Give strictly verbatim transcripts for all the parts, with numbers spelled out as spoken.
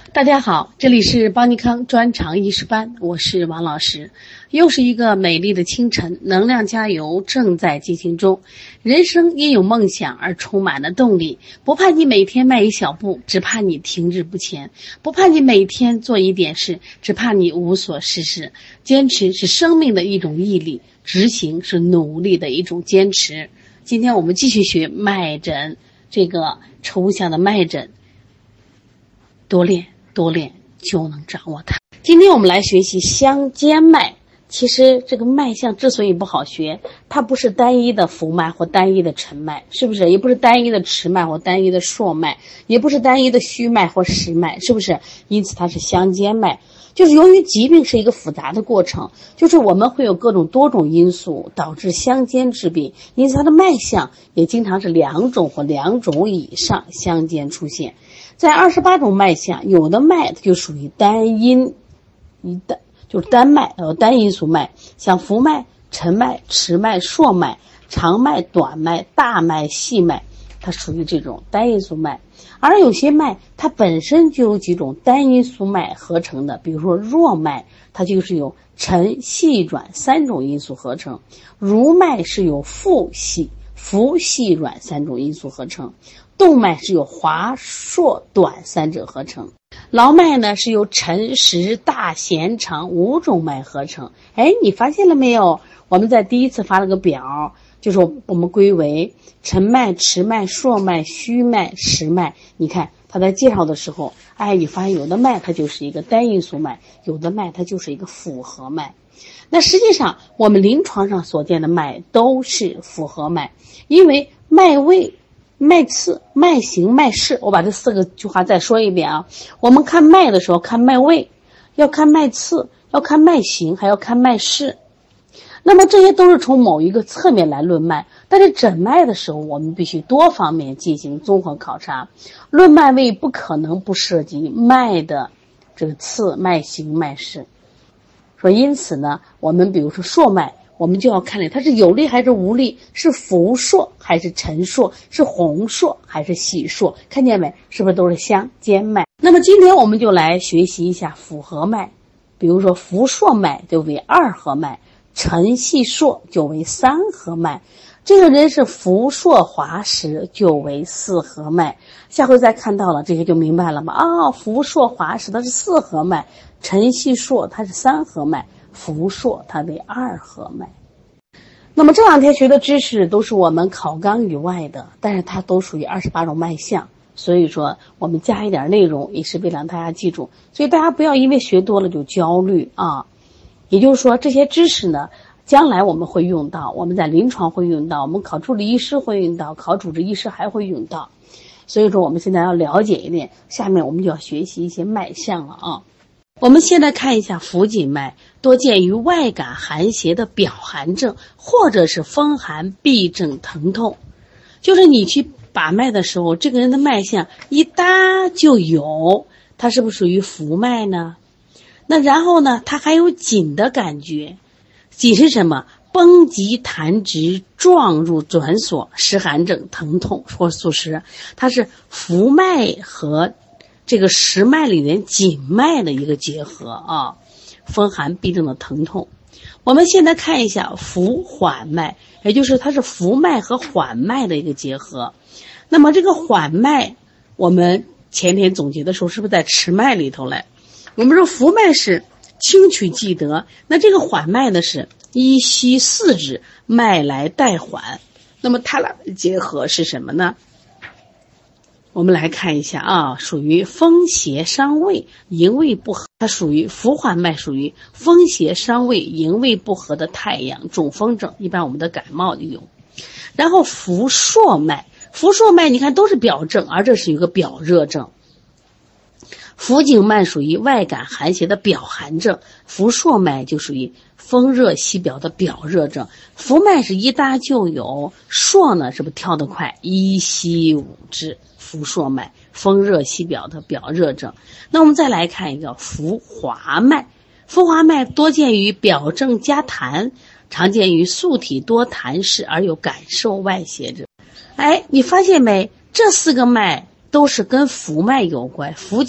大家好，这里是邦尼康专长医师班，我是王老师。又是一个美丽的清晨，能量加油正在进行中。人生因有梦想而充满了动力，不怕你每天迈一小步，只怕你停滞不前；不怕你每天做一点事，只怕你无所事事。坚持是生命的一种毅力，执行是努力的一种坚持。今天我们继续学脉诊，这个抽象的脉诊，多练多练就能掌握它。今天我们来学习香肩脉。其实这个脉象之所以不好学，它不是单一的浮脉或单一的沉脉，是不是？也不是单一的持脉或单一的硕脉，也不是单一的虚脉或实脉，是不是？因此它是香肩脉。就是由于疾病是一个复杂的过程，就是我们会有各种多种因素导致香肩之病，因此它的脉象也经常是两种或两种以上相间出现。在二十八种脉象，有的脉它就属于单因，一单就是单脉，呃，单因素脉，像浮脉、沉脉、持脉、硕脉、长脉、短脉、大脉、细脉，它属于这种单因素脉。而有些脉它本身就有几种单因素脉合成的，比如说弱脉，它就是由沉、细、软三种因素合成；濡脉是由复、细、浮、细、软三种因素合成；动脉是由滑、硕、短三者合成。劳脉呢是由沉、实、大、弦、长五种脉合成。哎，你发现了没有？我们在第一次发了个表，就是我们归为沉脉、持脉、硕脉、虚脉、实脉。你看他在介绍的时候，哎，你发现有的脉它就是一个单因素脉，有的脉它就是一个复合脉。那实际上我们临床上所见的脉都是复合脉，因为脉位、脉次、脉形、脉势，我把这四个句话再说一遍啊。我们看脉的时候看脉位，要看脉次，要看脉形，还要看脉势。那么这些都是从某一个侧面来论脉，但是诊脉的时候我们必须多方面进行综合考察。论脉位不可能不涉及脉的这个次、脉形、脉势。说因此呢，我们比如说硕脉，我们就要看它是有力还是无力，是浮硕还是沉硕，是红硕还是细硕，看见没？是不是都是香肩脉？那么今天我们就来学习一下复合脉，比如说浮硕脉就为二合脉，沉细硕就为三合脉，这个人是浮硕滑实就为四合脉。下回再看到了这些就明白了吗？啊，浮硕滑实它是四合脉，沉细硕它是三合脉，浮硕它为二合脉。那么这两天学的知识都是我们考纲以外的，但是它都属于二十八种脉象，所以说我们加一点内容也是为了让大家记住，所以大家不要因为学多了就焦虑啊。也就是说这些知识呢，将来我们会用到，我们在临床会用到，我们考助理医师会用到，考主治医师还会用到。所以说我们现在要了解一点，下面我们就要学习一些脉象了啊。我们现在看一下浮锦脉，多见于外感寒邪的表寒症，或者是风寒痹症疼痛。就是你去把脉的时候，这个人的脉象一搭就有，它是不是属于浮脉呢？那然后呢，它还有紧的感觉。紧是什么？绷急弹直，撞入转锁，湿寒症疼痛或宿湿，它是浮脉和这个实脉里面紧脉的一个结合啊，风寒痹症的疼痛。我们现在看一下浮缓脉，也就是它是浮脉和缓脉的一个结合。那么这个缓脉，我们前天总结的时候是不是在持脉里头来？我们说浮脉是轻取即得，那这个缓脉呢是依稀四指，脉来带缓。那么它俩的结合是什么呢？我们来看一下啊，属于风邪伤胃，营卫不和。它属于浮缓脉，属于风邪伤胃，营卫不和的太阳中风症，一般我们的感冒就有。然后浮硕脉，浮硕脉你看都是表症，而这是一个表热症。浮颈脉属于外感寒邪的表寒症，浮硕脉就属于风热袭表的表热症。浮脉是一搭就有，硕呢是不是跳得快，一息五之，浮硕脉风热袭表的表热症。那我们再来看一个浮滑脉，浮滑脉多见于表症加痰，常见于素体多痰湿而有感受外邪者。哎，你发现没？这四个脉都是跟浮脉有关，浮紧、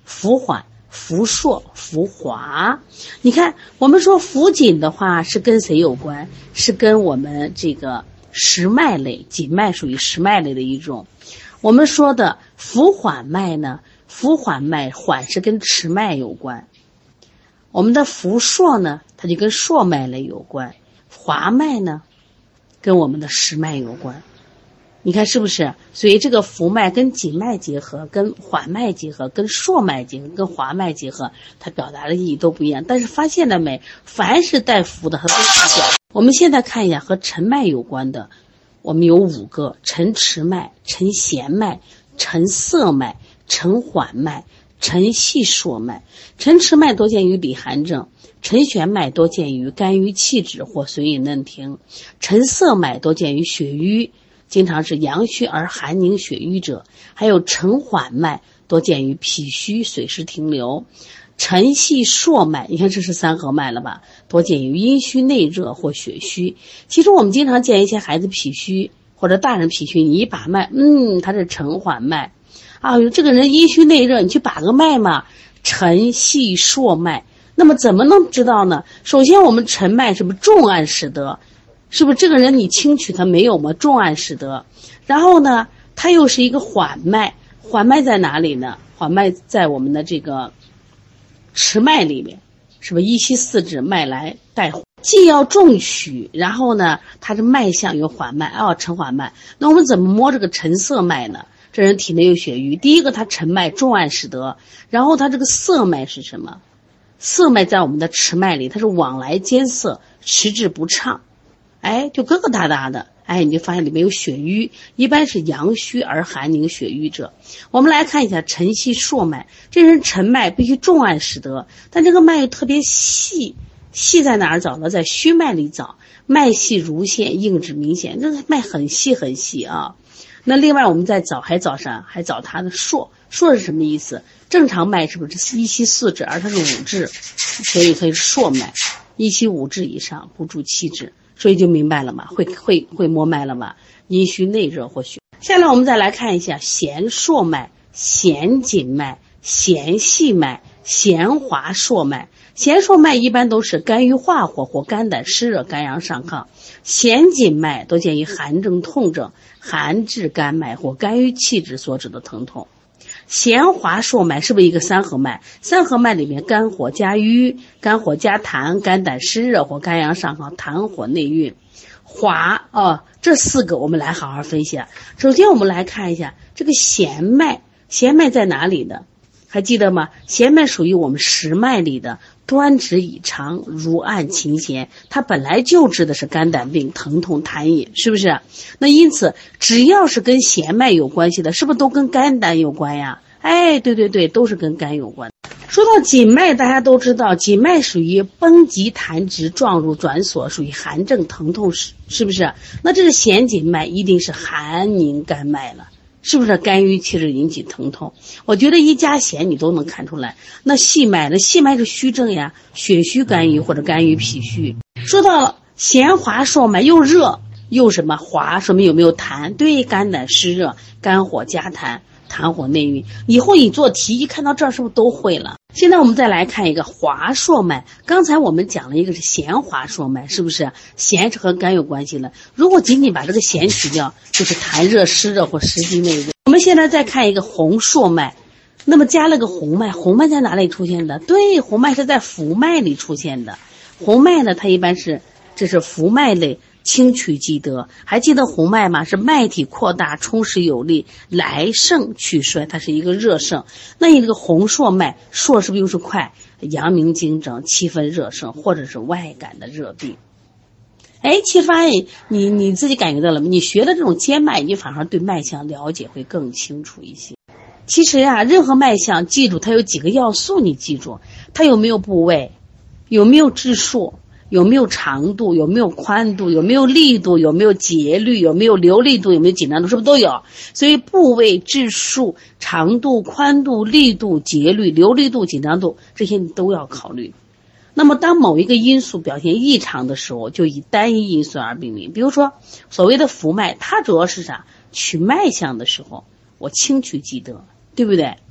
浮缓、浮硕、浮滑。你看我们说浮紧的话是跟谁有关？是跟我们这个实脉类，紧脉属于实脉类的一种。我们说的浮缓脉呢，浮缓脉缓是跟迟脉有关。我们的浮硕呢，它就跟硕脉类有关。滑脉呢，跟我们的实脉有关。你看是不是？所以这个浮脉跟紧脉结合，跟缓脉结合，跟硕脉结合，跟滑脉结合，它表达的意义都不一样。但是发现了没？凡是带浮的，它都是表。我们现在看一下和沉脉有关的，我们有五个：沉迟脉、沉弦脉、沉涩脉、沉缓脉、沉细硕脉。沉迟脉多见于里寒症，沉弦脉多见于肝郁气滞或髓饮嫩停，沉涩脉多见于血瘀，经常是阳虚而寒凝血瘀者，还有沉缓脉多见于脾虚水湿停留，沉细硕脉，你看这是三合脉了吧，多见于阴虚内热或血虚。其实我们经常见一些孩子脾虚或者大人脾虚，你一把脉，嗯，他是沉缓脉啊，这个人阴虚内热，你去把个脉嘛，沉细硕脉。那么怎么能知道呢？首先我们沉脉是不是重按使得？是不是这个人你轻取他没有吗？重按使得。然后呢，他又是一个缓脉，缓脉在哪里呢？缓脉在我们的这个迟脉里面，是不是一七四指脉来带缓，既要重取，然后呢，它的脉象有缓脉，哦，沉缓脉。那我们怎么摸这个沉涩脉呢？这人体内有血瘀，第一个他沉脉重按使得，然后他这个涩脉是什么？涩脉在我们的迟脉里，它是往来艰涩，迟滞不畅，哎，就疙疙瘩瘩的，哎，你就发现里面有血瘀，一般是阳虚而寒凝血瘀者。我们来看一下沉细硕脉，这人沉脉必须重按使得，但这个脉又特别细，细在哪儿找呢？在虚脉里找，脉细如线，硬质明显，这个脉很细很细啊。那另外我们再找还找啥？还找它的硕，硕是什么意思？正常脉是不是一七四指，而它是五指，所以可以硕脉，一七五指以上不助气滞，所以就明白了嘛，会会会摸脉了嘛，阴虚内热或血。下来我们再来看一下弦硕脉、弦紧脉、弦细脉、弦滑硕脉。弦硕脉一般都是肝郁化火或肝胆湿热、肝阳上亢，弦紧脉多见于寒症痛症、寒滞肝脉或肝郁气滞所致的疼痛。弦滑硕脉是不是一个三合脉？三合脉里面肝火加瘀、肝火加痰、肝胆湿热或肝阳上亢、痰火内蕴。滑哦，这四个我们来好好分析。首先我们来看一下这个弦脉，弦脉在哪里呢？还记得吗？弦脉属于我们实脉里的，端直以长，如按琴弦，它本来就治的是肝胆病、疼痛、痰饮，是不是？那因此只要是跟弦脉有关系的，是不是都跟肝胆有关呀？哎，对对对，都是跟肝有关。说到紧脉，大家都知道紧脉属于绷急弹直撞入转锁，属于寒症疼痛，是不是？那这是弦紧脉，一定是寒凝肝脉了，是不是肝郁气滞引起疼痛？我觉得一加弦你都能看出来。那细脉呢？细脉是虚症呀，血虚肝郁或者肝郁脾虚。说到了弦滑硕脉，又热又什么滑，说明有没有痰？对，肝胆湿热，肝火加痰，痰火内蕴。以后你做题一看到这儿是不是都会了？现在我们再来看一个滑硕脉，刚才我们讲了一个是弦滑硕脉，是不是？弦是和肝有关系了，如果仅仅把这个弦取掉，就是痰热湿热或湿积内热。我们现在再看一个红硕脉，那么加了个红脉，红脉在哪里出现的？对，红脉是在浮脉里出现的。红脉呢，它一般是这是浮脉类，轻取即得。还记得红脉吗？是脉体扩大，充实有力，来盛去衰，它是一个热盛。那你这个红硕脉，硕是不是又是快？阳明经整，气分热盛，或者是外感的热病。哎，其实发现你你自己感觉到了，你学的这种接脉，你反而对脉象了解会更清楚一些。其实呀、啊，任何脉象，记住它有几个要素，你记住，它有没有部位，有没有质数，有没有长度，有没有宽度，有没有力度，有没有节律，有没有流利度，有没有紧张度，是不是都有？所以部位、质数、长度、宽度、力度、节律、流利度、紧张度，这些你都要考虑。那么当某一个因素表现异常的时候，就以单一因素而命名。比如说所谓的浮脉，它主要是啥？取脉象的时候我轻取即得，对不对？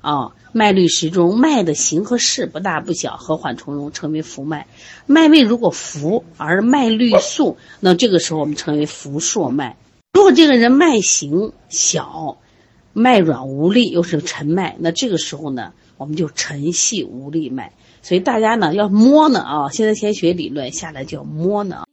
啊，脉律时中，脉的形和势不大不小，和缓从容，称为浮脉。脉位如果浮而脉律速，那这个时候我们称为浮硕脉。如果这个人脉形小，脉软无力，又是沉脉，那这个时候呢，我们就沉细无力脉。所以大家呢要摸呢啊，现在先学理论，下来就要摸呢。